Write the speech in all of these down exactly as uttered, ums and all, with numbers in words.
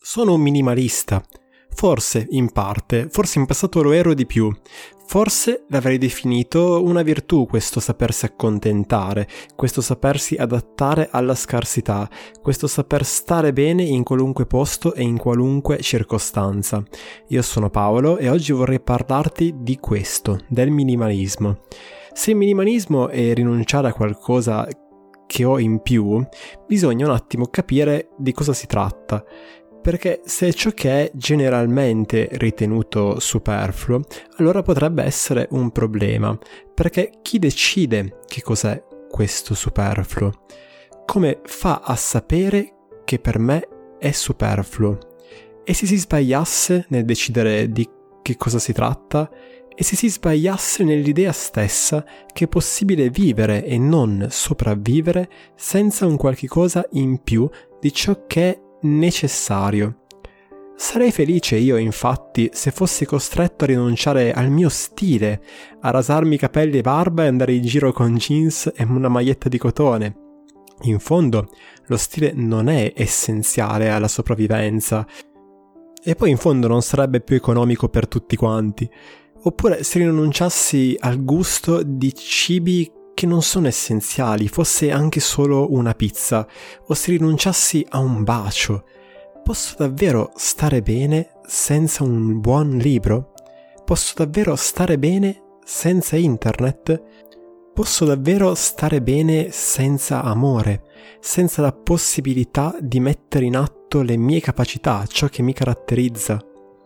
Sono un minimalista. Forse, in parte, forse in passato lo ero di più. Forse l'avrei definito una virtù questo sapersi accontentare, questo sapersi adattare alla scarsità, questo saper stare bene in qualunque posto e in qualunque circostanza. Io sono Paolo e oggi vorrei parlarti di questo, del minimalismo. Se il minimalismo è rinunciare a qualcosa che ho in più, bisogna un attimo capire di cosa si tratta. Perché se ciò che è generalmente ritenuto superfluo, allora potrebbe essere un problema. Perché chi decide che cos'è questo superfluo? Come fa a sapere che per me è superfluo? E se si sbagliasse nel decidere di che cosa si tratta? E se si sbagliasse nell'idea stessa che è possibile vivere e non sopravvivere senza un qualche cosa in più di ciò che è necessario? Sarei felice io, infatti, se fossi costretto a rinunciare al mio stile, a rasarmi capelli e barba e andare in giro con jeans e una maglietta di cotone. In fondo, lo stile non è essenziale alla sopravvivenza. E poi in fondo non sarebbe più economico per tutti quanti. Oppure se rinunciassi al gusto di cibi che non sono essenziali, fosse anche solo una pizza, o se rinunciassi a un bacio, posso davvero stare bene senza un buon libro? Posso davvero stare bene senza internet? Posso davvero stare bene senza amore, senza la possibilità di mettere in atto le mie capacità, ciò che mi caratterizza?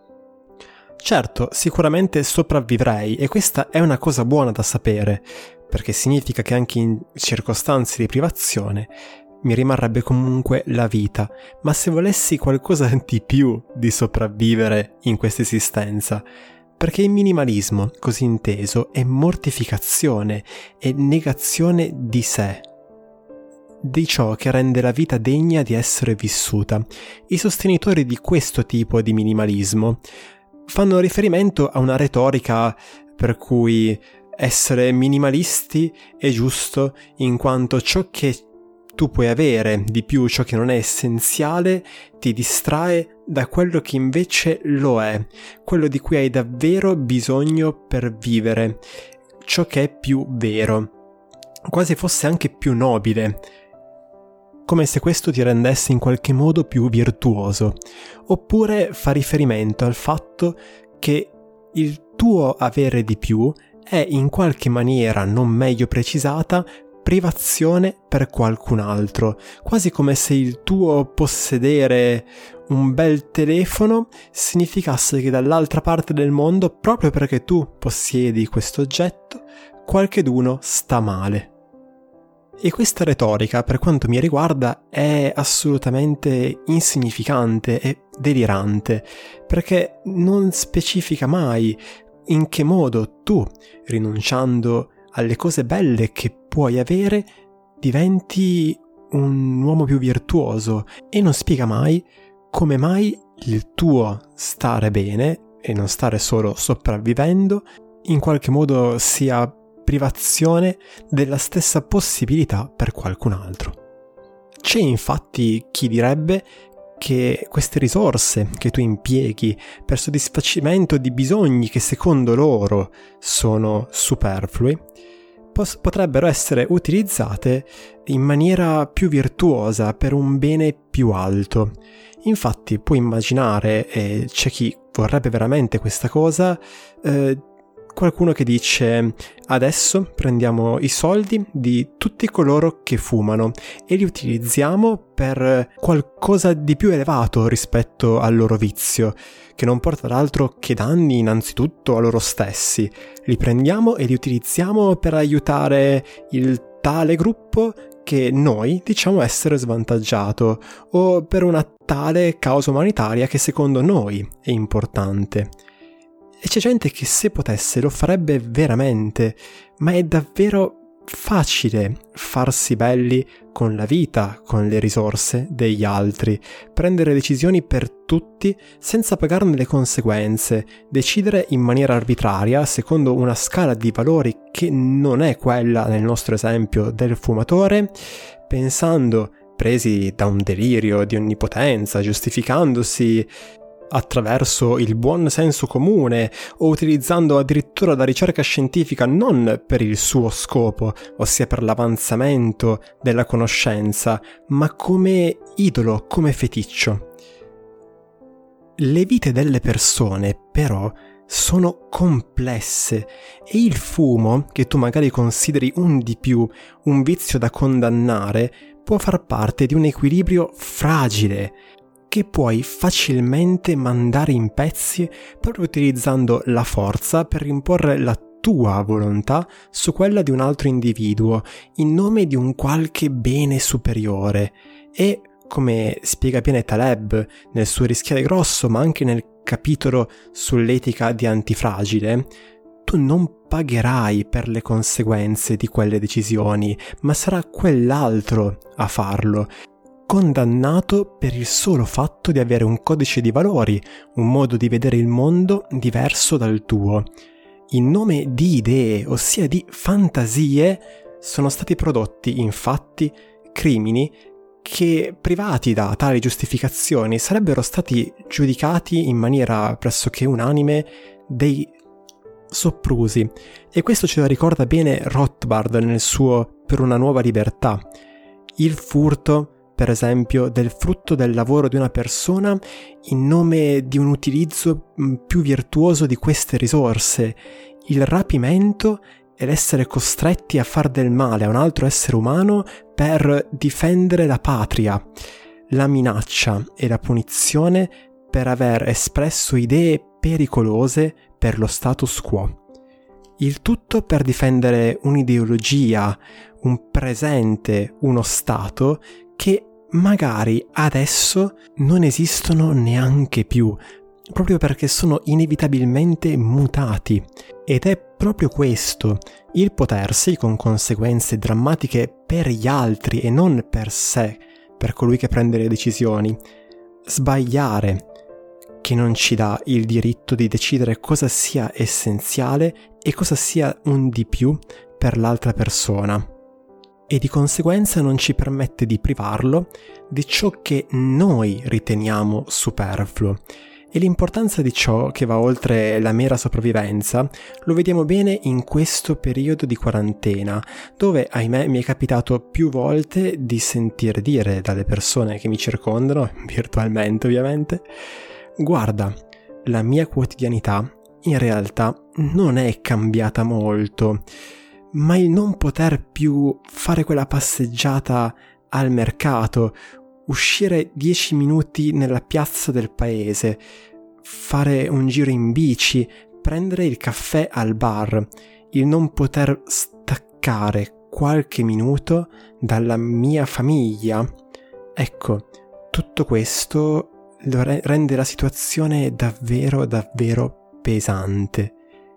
Certo, sicuramente sopravvivrei e questa è una cosa buona da sapere, perché significa che anche in circostanze di privazione mi rimarrebbe comunque la vita, ma se volessi qualcosa di più di sopravvivere in questa esistenza, perché il minimalismo, così inteso, è mortificazione, è negazione di sé, di ciò che rende la vita degna di essere vissuta. I sostenitori di questo tipo di minimalismo fanno riferimento a una retorica per cui essere minimalisti è giusto in quanto ciò che tu puoi avere di più, ciò che non è essenziale, ti distrae da quello che invece lo è, quello di cui hai davvero bisogno per vivere, ciò che è più vero, quasi fosse anche più nobile, come se questo ti rendesse in qualche modo più virtuoso, oppure fa riferimento al fatto che il tuo avere di più è in qualche maniera non meglio precisata privazione per qualcun altro, quasi come se il tuo possedere un bel telefono significasse che dall'altra parte del mondo, proprio perché tu possiedi questo oggetto, qualcheduno sta male. E questa retorica, per quanto mi riguarda, è assolutamente insignificante e delirante, perché non specifica mai in che modo tu, rinunciando alle cose belle che puoi avere, diventi un uomo più virtuoso, e non spiega mai come mai il tuo stare bene e non stare solo sopravvivendo in qualche modo sia privazione della stessa possibilità per qualcun altro. C'è infatti chi direbbe che queste risorse che tu impieghi per soddisfacimento di bisogni che secondo loro sono superflui pos- potrebbero essere utilizzate in maniera più virtuosa per un bene più alto. Infatti puoi immaginare, e c'è chi vorrebbe veramente questa cosa, eh, qualcuno che dice: adesso prendiamo i soldi di tutti coloro che fumano e li utilizziamo per qualcosa di più elevato rispetto al loro vizio, che non porta ad altro che danni innanzitutto a loro stessi. Li prendiamo e li utilizziamo per aiutare il tale gruppo che noi diciamo essere svantaggiato, o per una tale causa umanitaria che secondo noi è importante. E c'è gente che se potesse lo farebbe veramente, ma è davvero facile farsi belli con la vita, con le risorse degli altri, prendere decisioni per tutti senza pagarne le conseguenze, decidere in maniera arbitraria secondo una scala di valori che non è quella, nel nostro esempio, del fumatore, pensando presi da un delirio di onnipotenza, giustificandosi attraverso il buon senso comune o utilizzando addirittura la ricerca scientifica non per il suo scopo, ossia per l'avanzamento della conoscenza, ma come idolo, come feticcio. Le vite delle persone, però, sono complesse e il fumo, che tu magari consideri un di più, un vizio da condannare, può far parte di un equilibrio fragile che puoi facilmente mandare in pezzi proprio utilizzando la forza per imporre la tua volontà su quella di un altro individuo in nome di un qualche bene superiore. E, come spiega bene Taleb nel suo Rischiare grosso, ma anche nel capitolo sull'etica di Antifragile, tu non pagherai per le conseguenze di quelle decisioni, ma sarà quell'altro a farlo, condannato per il solo fatto di avere un codice di valori, un modo di vedere il mondo diverso dal tuo. In nome di idee, ossia di fantasie, sono stati prodotti infatti crimini che, privati da tali giustificazioni, sarebbero stati giudicati in maniera pressoché unanime dei soprusi. E questo ce lo ricorda bene Rothbard nel suo Per una nuova libertà. Il furto, per esempio, del frutto del lavoro di una persona in nome di un utilizzo più virtuoso di queste risorse, il rapimento e l'essere costretti a far del male a un altro essere umano per difendere la patria, la minaccia e la punizione per aver espresso idee pericolose per lo status quo. Il tutto per difendere un'ideologia, un presente, uno stato che magari adesso non esistono neanche più, proprio perché sono inevitabilmente mutati. Ed è proprio questo, il potersi, con conseguenze drammatiche per gli altri e non per sé, per colui che prende le decisioni, sbagliare, che non ci dà il diritto di decidere cosa sia essenziale e cosa sia un di più per l'altra persona. E di conseguenza non ci permette di privarlo di ciò che noi riteniamo superfluo. E l'importanza di ciò che va oltre la mera sopravvivenza lo vediamo bene in questo periodo di quarantena, dove, ahimè, mi è capitato più volte di sentir dire dalle persone che mi circondano, virtualmente ovviamente, guarda, la mia quotidianità in realtà non è cambiata molto, ma il non poter più fare quella passeggiata al mercato, uscire dieci minuti nella piazza del paese, fare un giro in bici, prendere il caffè al bar, il non poter staccare qualche minuto dalla mia famiglia, ecco, tutto questo rende la situazione davvero davvero pesante.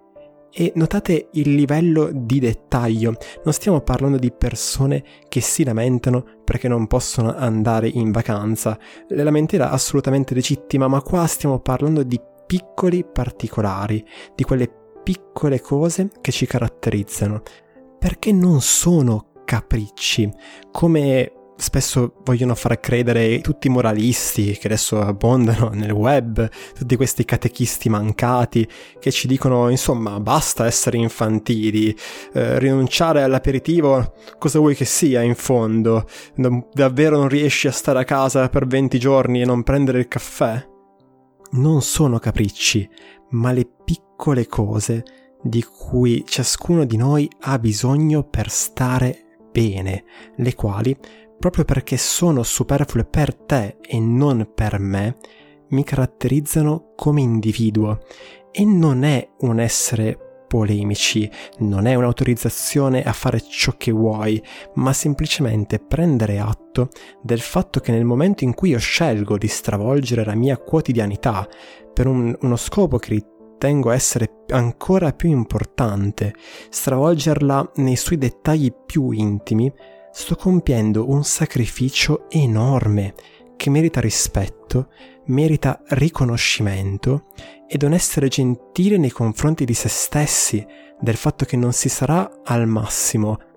E notate il livello di dettaglio, non stiamo parlando di persone che si lamentano perché non possono andare in vacanza, la lamentela è assolutamente legittima, ma qua stiamo parlando di piccoli particolari, di quelle piccole cose che ci caratterizzano, perché non sono capricci, come spesso vogliono far credere tutti i moralisti che adesso abbondano nel web, tutti questi catechisti mancati che ci dicono insomma basta essere infantili, eh, rinunciare all'aperitivo cosa vuoi che sia in fondo, non, davvero non riesci a stare a casa per venti giorni e non prendere il caffè? Non sono capricci, ma le piccole cose di cui ciascuno di noi ha bisogno per stare bene, le quali, proprio perché sono superflue per te e non per me, mi caratterizzano come individuo. E non è un essere polemici, non è un'autorizzazione a fare ciò che vuoi, ma semplicemente prendere atto del fatto che nel momento in cui io scelgo di stravolgere la mia quotidianità per un, uno scopo che ritengo essere ancora più importante, stravolgerla nei suoi dettagli più intimi, sto compiendo un sacrificio enorme che merita rispetto, merita riconoscimento ed un essere gentile nei confronti di se stessi, del fatto che non si sarà al massimo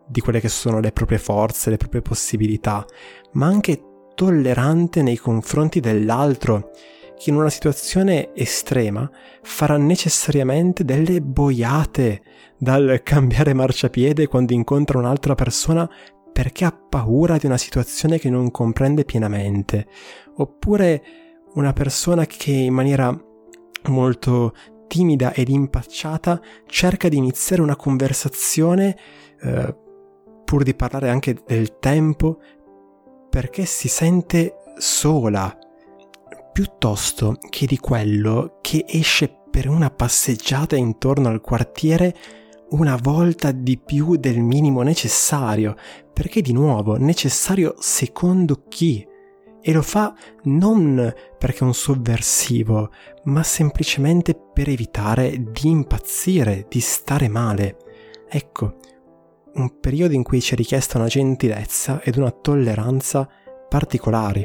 di quelle che sono le proprie forze, le proprie possibilità, ma anche tollerante nei confronti dell'altro, che in una situazione estrema farà necessariamente delle boiate, dal cambiare marciapiede quando incontra un'altra persona perché ha paura di una situazione che non comprende pienamente, oppure una persona che in maniera molto timida ed impacciata cerca di iniziare una conversazione eh, pur di parlare anche del tempo, perché si sente sola, piuttosto che di quello che esce per una passeggiata intorno al quartiere una volta di più del minimo necessario, perché di nuovo necessario secondo chi? E lo fa non perché è un sovversivo, ma semplicemente per evitare di impazzire, di stare male. Ecco, un periodo in cui ci è richiesta una gentilezza ed una tolleranza particolari.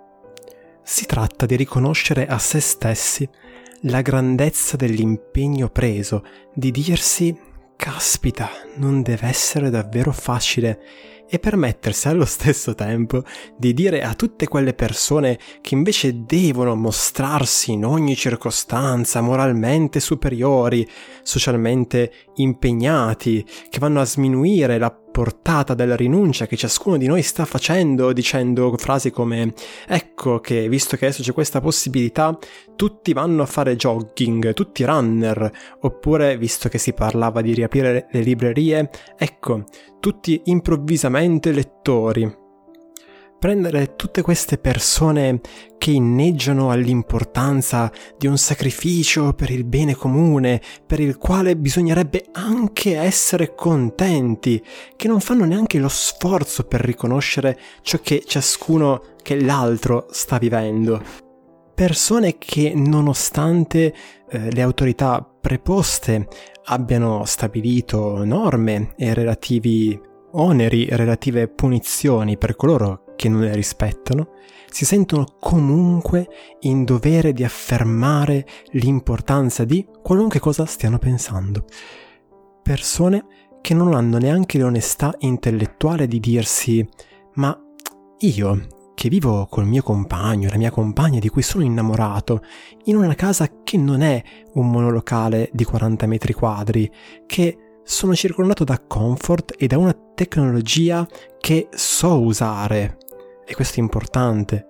Si tratta di riconoscere a se stessi la grandezza dell'impegno preso, di dirsi «Caspita, non deve essere davvero facile», e permettersi allo stesso tempo di dire a tutte quelle persone che invece devono mostrarsi in ogni circostanza moralmente superiori, socialmente impegnati, che vanno a sminuire la portata della rinuncia che ciascuno di noi sta facendo, dicendo frasi come «Ecco che, visto che adesso c'è questa possibilità, tutti vanno a fare jogging, tutti runner», oppure, visto che si parlava di riaprire le librerie, «Ecco, tutti improvvisamente lettori». Prendere tutte queste persone che inneggiano all'importanza di un sacrificio per il bene comune, per il quale bisognerebbe anche essere contenti, che non fanno neanche lo sforzo per riconoscere ciò che ciascuno, che l'altro sta vivendo. Persone che, nonostante eh, le autorità preposte abbiano stabilito norme e relativi oneri, relative punizioni per coloro che non le rispettano, si sentono comunque in dovere di affermare l'importanza di qualunque cosa stiano pensando. Persone che non hanno neanche l'onestà intellettuale di dirsi «Ma io, che vivo col mio compagno, la mia compagna di cui sono innamorato, in una casa che non è un monolocale di quaranta metri quadri, che sono circondato da comfort e da una tecnologia che so usare, e questo è importante.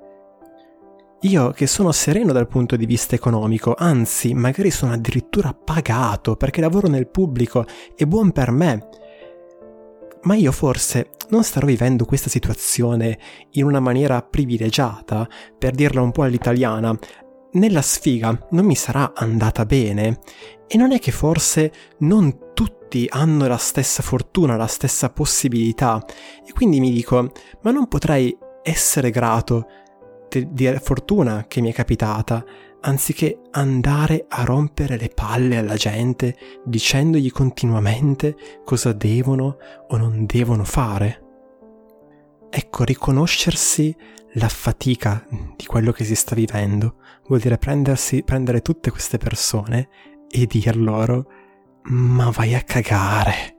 Io che sono sereno dal punto di vista economico, anzi magari sono addirittura pagato perché lavoro nel pubblico, è buon per me. Ma io forse non starò vivendo questa situazione in una maniera privilegiata, per dirla un po' all'italiana. Nella sfiga non mi sarà andata bene, e non è che forse non tutti hanno la stessa fortuna, la stessa possibilità, e quindi mi dico, ma non potrei essere grato di, di fortuna che mi è capitata, anziché andare a rompere le palle alla gente dicendogli continuamente cosa devono o non devono fare? Ecco, riconoscersi la fatica di quello che si sta vivendo vuol dire prendersi, prendere tutte queste persone e dir loro «Ma vai a cagare!».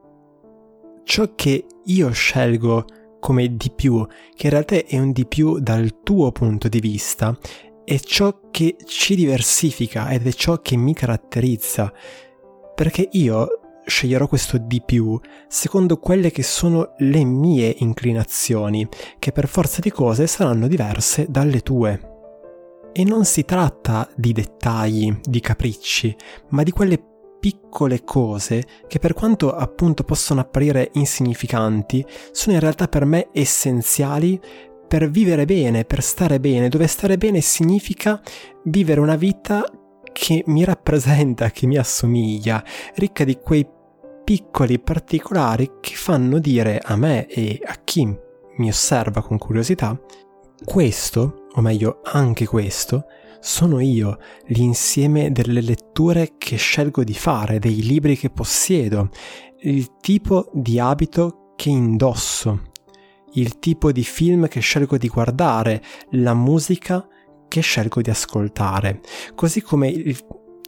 Ciò che io scelgo come di più, che in realtà è un di più dal tuo punto di vista, è ciò che ci diversifica ed è ciò che mi caratterizza, perché io sceglierò questo di più secondo quelle che sono le mie inclinazioni, che per forza di cose saranno diverse dalle tue. E non si tratta di dettagli, di capricci, ma di quelle piccole cose che, per quanto appunto possono apparire insignificanti, sono in realtà per me essenziali per vivere bene, per stare bene, dove stare bene significa vivere una vita che mi rappresenta, che mi assomiglia, ricca di quei piccoli particolari che fanno dire a me e a chi mi osserva con curiosità: questo, o meglio anche questo, sono io, l'insieme delle letture che scelgo di fare, dei libri che possiedo, il tipo di abito che indosso, il tipo di film che scelgo di guardare, la musica che scelgo di ascoltare, così come il,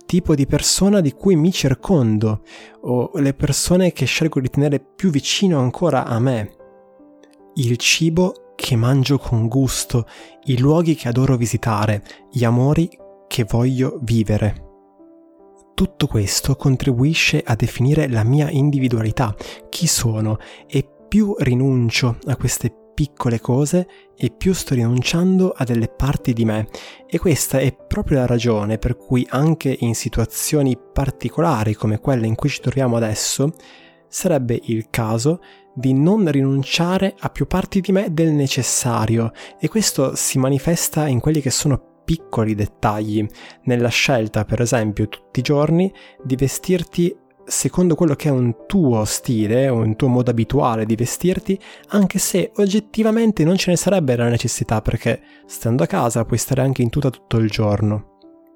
tipo di persona di cui mi circondo o le persone che scelgo di tenere più vicino ancora a me, il cibo che mangio con gusto, i luoghi che adoro visitare, gli amori che voglio vivere. Tutto questo contribuisce a definire la mia individualità, chi sono, e più rinuncio a queste piccole cose e più sto rinunciando a delle parti di me. E questa è proprio la ragione per cui anche in situazioni particolari come quelle in cui ci troviamo adesso, sarebbe il caso di non rinunciare a più parti di me del necessario, e questo si manifesta in quelli che sono piccoli dettagli, nella scelta per esempio tutti i giorni di vestirti secondo quello che è un tuo stile, un tuo modo abituale di vestirti, anche se oggettivamente non ce ne sarebbe la necessità, perché stando a casa puoi stare anche in tuta tutto il giorno.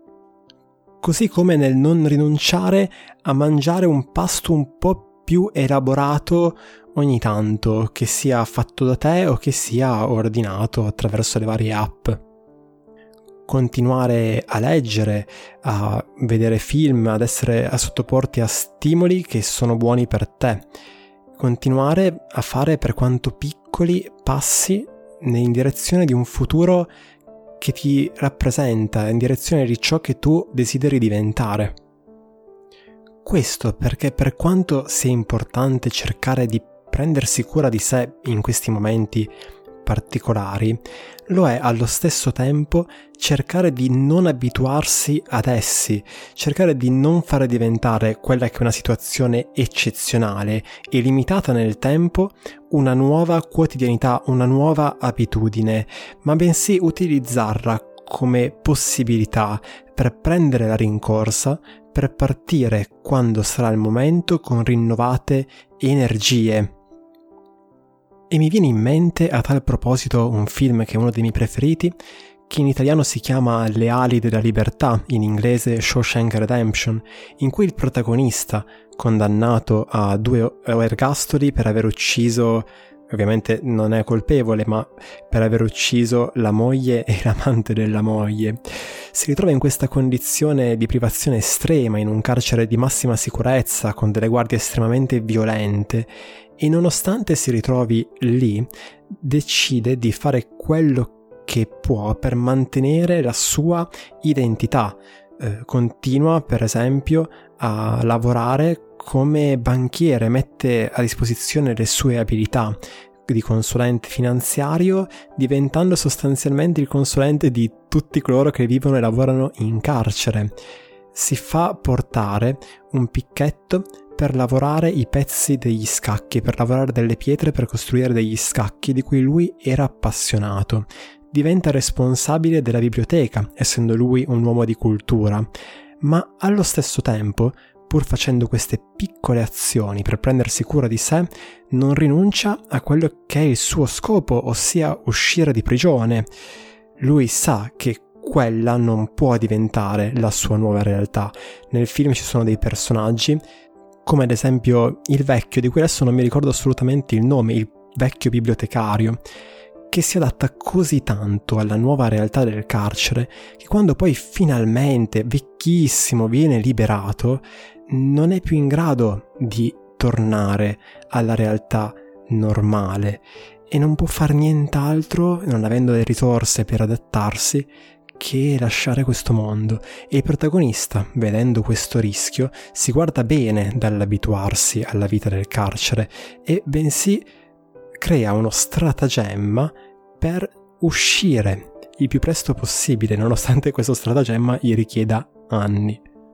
Così come nel non rinunciare a mangiare un pasto un po' più elaborato ogni tanto, che sia fatto da te o che sia ordinato attraverso le varie app. Continuare a leggere, a vedere film, ad essere a sottoporti a stimoli che sono buoni per te. Continuare a fare, per quanto piccoli, passi in direzione di un futuro che ti rappresenta, in direzione di ciò che tu desideri diventare. Questo perché, per quanto sia importante cercare di prendersi cura di sé in questi momenti particolari, lo è allo stesso tempo cercare di non abituarsi ad essi, cercare di non fare diventare quella che è una situazione eccezionale e limitata nel tempo una nuova quotidianità, una nuova abitudine, ma bensì utilizzarla come possibilità per prendere la rincorsa, per partire quando sarà il momento con rinnovate energie. E mi viene in mente a tal proposito un film che è uno dei miei preferiti, che in italiano si chiama Le ali della libertà, in inglese Shawshank Redemption, in cui il protagonista, condannato a due ergastoli per aver ucciso, ovviamente non è colpevole, ma per aver ucciso la moglie e l'amante della moglie, si ritrova in questa condizione di privazione estrema in un carcere di massima sicurezza con delle guardie estremamente violente, e nonostante si ritrovi lì, decide di fare quello che può per mantenere la sua identità. Eh, continua, per esempio, a lavorare come banchiere, mette a disposizione le sue abilità di consulente finanziario, diventando sostanzialmente il consulente di tutti coloro che vivono e lavorano in carcere. Si fa portare un picchetto per lavorare i pezzi degli scacchi, per lavorare delle pietre per costruire degli scacchi di cui lui era appassionato. Diventa responsabile della biblioteca, essendo lui un uomo di cultura, ma allo stesso tempo, pur facendo queste piccole azioni per prendersi cura di sé, non rinuncia a quello che è il suo scopo, ossia uscire di prigione. Lui sa che quella non può diventare la sua nuova realtà. Nel film ci sono dei personaggi, come ad esempio il vecchio, di cui adesso non mi ricordo assolutamente il nome, il vecchio bibliotecario, che si adatta così tanto alla nuova realtà del carcere che quando poi finalmente, vecchissimo, viene liberato, non è più in grado di tornare alla realtà normale e non può far nient'altro, non avendo le risorse per adattarsi, che lasciare questo mondo. E il protagonista, vedendo questo rischio, si guarda bene dall'abituarsi alla vita del carcere e bensì crea uno stratagemma per uscire il più presto possibile, nonostante questo stratagemma gli richieda anni.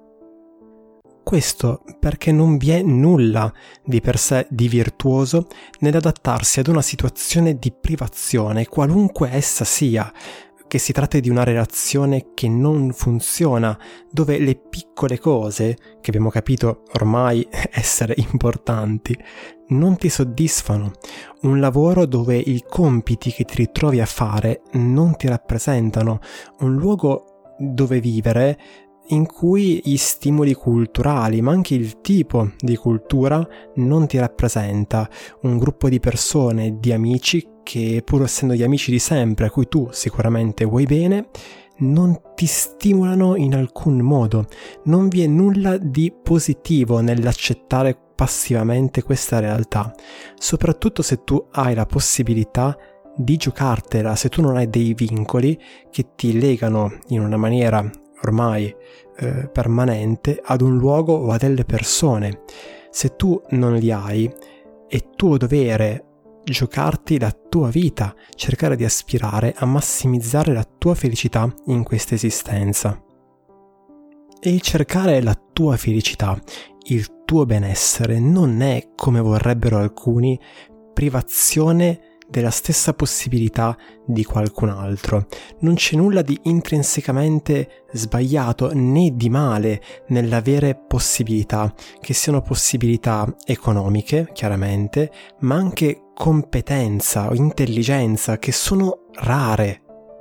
Questo perché non vi è nulla di per sé di virtuoso nell'adattarsi ad una situazione di privazione, qualunque essa sia, che si tratti di una relazione che non funziona, dove le piccole cose, che abbiamo capito ormai essere importanti, non ti soddisfano, un lavoro dove i compiti che ti ritrovi a fare non ti rappresentano, un luogo dove vivere in cui gli stimoli culturali, ma anche il tipo di cultura non ti rappresenta, un gruppo di persone, di amici che, pur essendo gli amici di sempre, a cui tu sicuramente vuoi bene, non ti stimolano in alcun modo. Non vi è nulla di positivo nell'accettare passivamente questa realtà, soprattutto se tu hai la possibilità di giocartela, se tu non hai dei vincoli che ti legano in una maniera ormai eh, permanente ad un luogo o a delle persone. Se tu non li hai, è tuo dovere giocarti la tua vita, cercare di aspirare a massimizzare la tua felicità in questa esistenza. E il cercare la tua felicità, il tuo benessere, non è, come vorrebbero alcuni, privazione della stessa possibilità di qualcun altro. Non c'è nulla di intrinsecamente sbagliato né di male nell'avere possibilità, che siano possibilità economiche, chiaramente, ma anche competenza o intelligenza, che sono rare.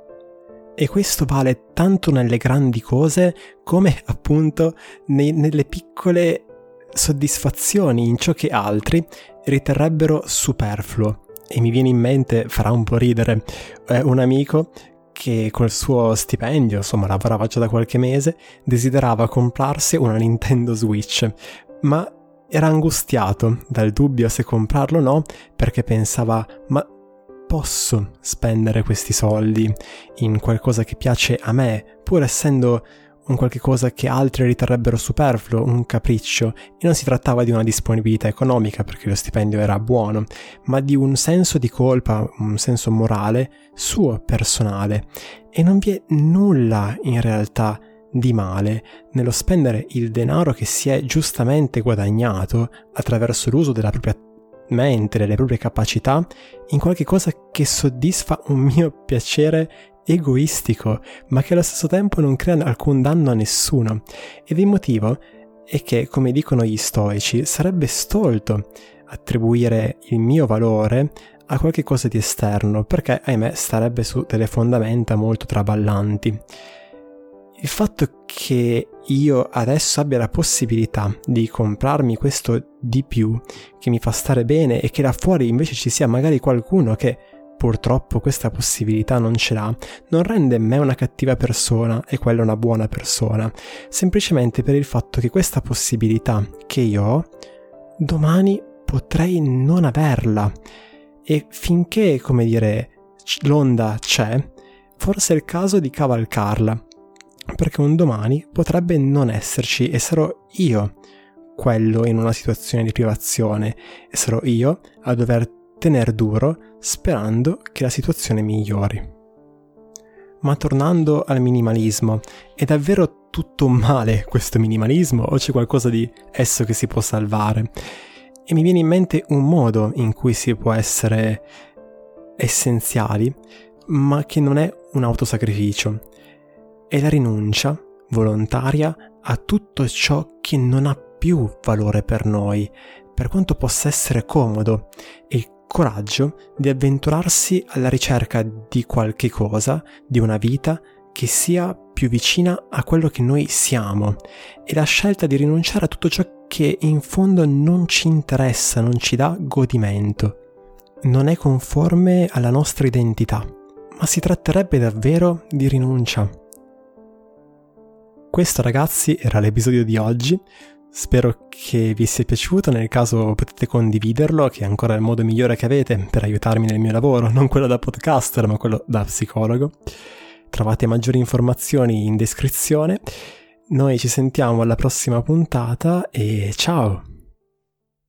E questo vale tanto nelle grandi cose come appunto nei, nelle piccole soddisfazioni, in ciò che altri riterrebbero superfluo. E mi viene in mente, farà un po' ridere, eh, un amico che col suo stipendio, insomma lavorava già da qualche mese, desiderava comprarsi una Nintendo Switch, ma era angustiato dal dubbio se comprarlo o no, perché pensava: ma posso spendere questi soldi in qualcosa che piace a me, pur essendo un qualche cosa che altri riterrebbero superfluo, un capriccio. E non si trattava di una disponibilità economica, perché lo stipendio era buono, ma di un senso di colpa, un senso morale suo, personale. E non vi è nulla in realtà di male nello spendere il denaro che si è giustamente guadagnato attraverso l'uso della propria mente, delle proprie capacità, in qualche cosa che soddisfa un mio piacere egoistico, ma che allo stesso tempo non crea alcun danno a nessuno. Ed il motivo è che, come dicono gli stoici, sarebbe stolto attribuire il mio valore a qualche cosa di esterno, perché ahimè starebbe su delle fondamenta molto traballanti. Il fatto che io adesso abbia la possibilità di comprarmi questo di più che mi fa stare bene, e che là fuori invece ci sia magari qualcuno che purtroppo questa possibilità non ce l'ha, non rende me una cattiva persona e quella una buona persona, semplicemente per il fatto che questa possibilità che io ho, domani potrei non averla. E finché, come dire, l'onda c'è, forse è il caso di cavalcarla, perché un domani potrebbe non esserci e sarò io quello in una situazione di privazione, e sarò io a dover tener duro sperando che la situazione migliori. Ma tornando al minimalismo, è davvero tutto male questo minimalismo, o c'è qualcosa di esso che si può salvare? E mi viene in mente un modo in cui si può essere essenziali, ma che non è un autosacrificio. È la rinuncia volontaria a tutto ciò che non ha più valore per noi, per quanto possa essere comodo, e il coraggio di avventurarsi alla ricerca di qualche cosa, di una vita che sia più vicina a quello che noi siamo, e la scelta di rinunciare a tutto ciò che in fondo non ci interessa, non ci dà godimento, non è conforme alla nostra identità, ma si tratterebbe davvero di rinuncia. Questo, ragazzi, era l'episodio di oggi. Spero che vi sia piaciuto, nel caso potete condividerlo, che è ancora il modo migliore che avete per aiutarmi nel mio lavoro, non quello da podcaster ma quello da psicologo. Trovate maggiori informazioni in descrizione. Noi ci sentiamo alla prossima puntata e ciao!